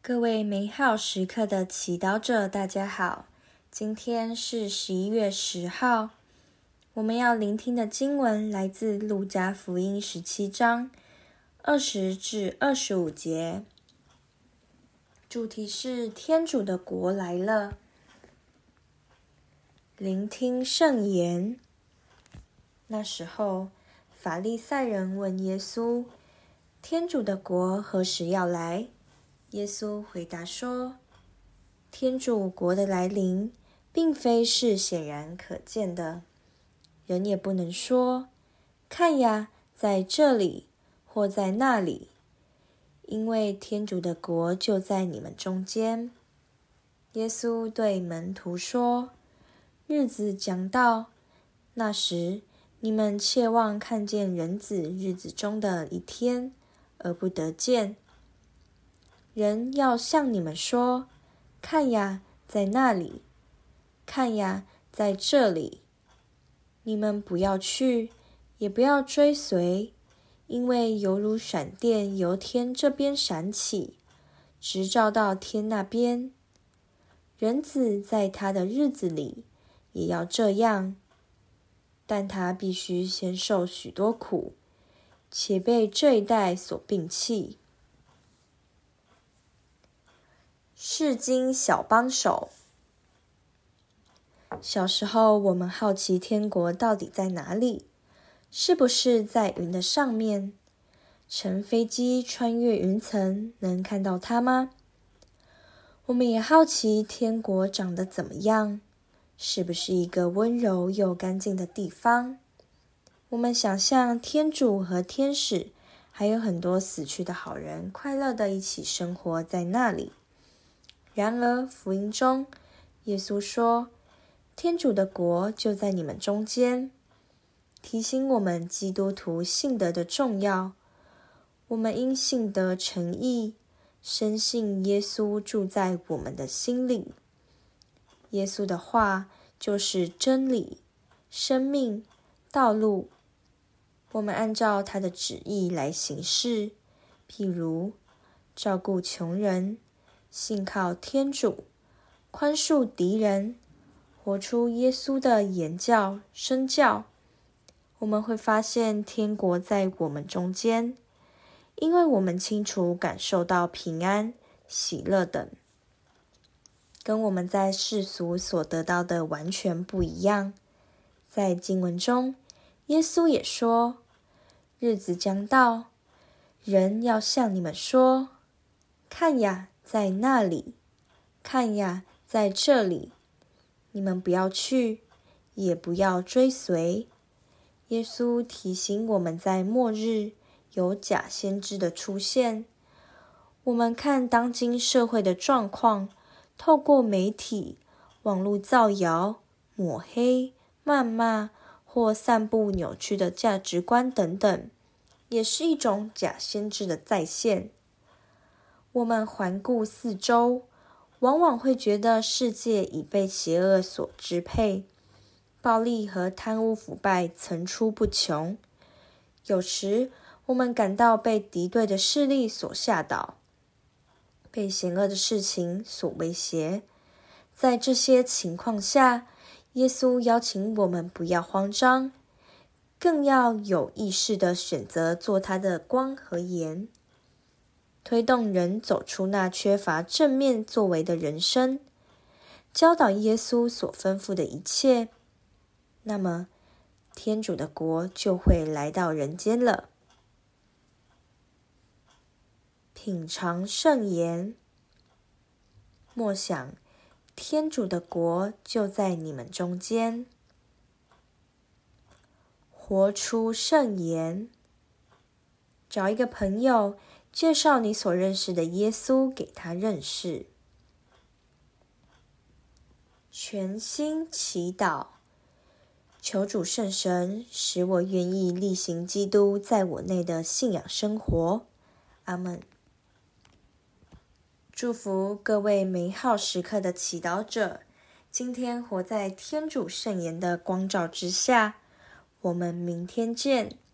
各位美好时刻的祈祷者，大家好。今天是11月10号，我们要聆听的经文来自路加福音17章20至25节，主题是天主的国来了。聆听圣言。那时候，法利赛人问耶稣：天主的国何时要来？耶稣回答说：天主国的来临，并非是显然可见的，人也不能说，看呀，在这里，或在那里，因为天主的国就在你们中间。耶稣对门徒说：日子将到，那时你们切望看见人子日子中的一天，而不得见。人要向你们说：看呀，在那里，看呀，在这里。你们不要去，也不要追随，因为犹如闪电由天这边闪起，直照到天那边。人子在他的日子里也要这样，但他必须先受许多苦，且被这一代所摒弃。释经小帮手。小时候，我们好奇天国到底在哪里，是不是在云的上面？乘飞机穿越云层，能看到它吗？我们也好奇天国长得怎么样，是不是一个温柔又干净的地方？我们想象天主和天使，还有很多死去的好人，快乐地一起生活在那里。然而福音中，耶稣说，天主的国就在你们中间，提醒我们基督徒信德的重要。我们因信德诚意，深信耶稣住在我们的心里。耶稣的话就是真理、生命、道路。我们按照他的旨意来行事，譬如照顾穷人，信靠天主，宽恕敌人，活出耶稣的言教、身教。我们会发现天国在我们中间，因为我们清楚感受到平安、喜乐等，跟我们在世俗所得到的完全不一样。在经文中，耶稣也说，日子将到，人要向你们说，看呀，在那里，看呀，在这里。你们不要去，也不要追随。耶稣提醒我们在末日有假先知的出现。我们看当今社会的状况，透过媒体、网络造谣、抹黑、谩骂或散布扭曲的价值观等等，也是一种假先知的再现。我们环顾四周，往往会觉得世界已被邪恶所支配，暴力和贪污腐败层出不穷。有时我们感到被敌对的势力所吓倒，被险恶的事情所威胁。在这些情况下，耶稣邀请我们不要慌张，更要有意识地选择做他的光和盐，推动人走出那缺乏正面作为的人生，教导耶稣所吩咐的一切，那么天主的国就会来到人间了。品尝圣言。默想，天主的国就在你们中间。活出圣言。找一个朋友，介绍你所认识的耶稣给他认识。全心祈祷。求主圣神使我愿意力行基督在我内的信仰生活。阿们。祝福各位美好时刻的祈祷者，今天活在天主圣言的光照之下。我们明天见。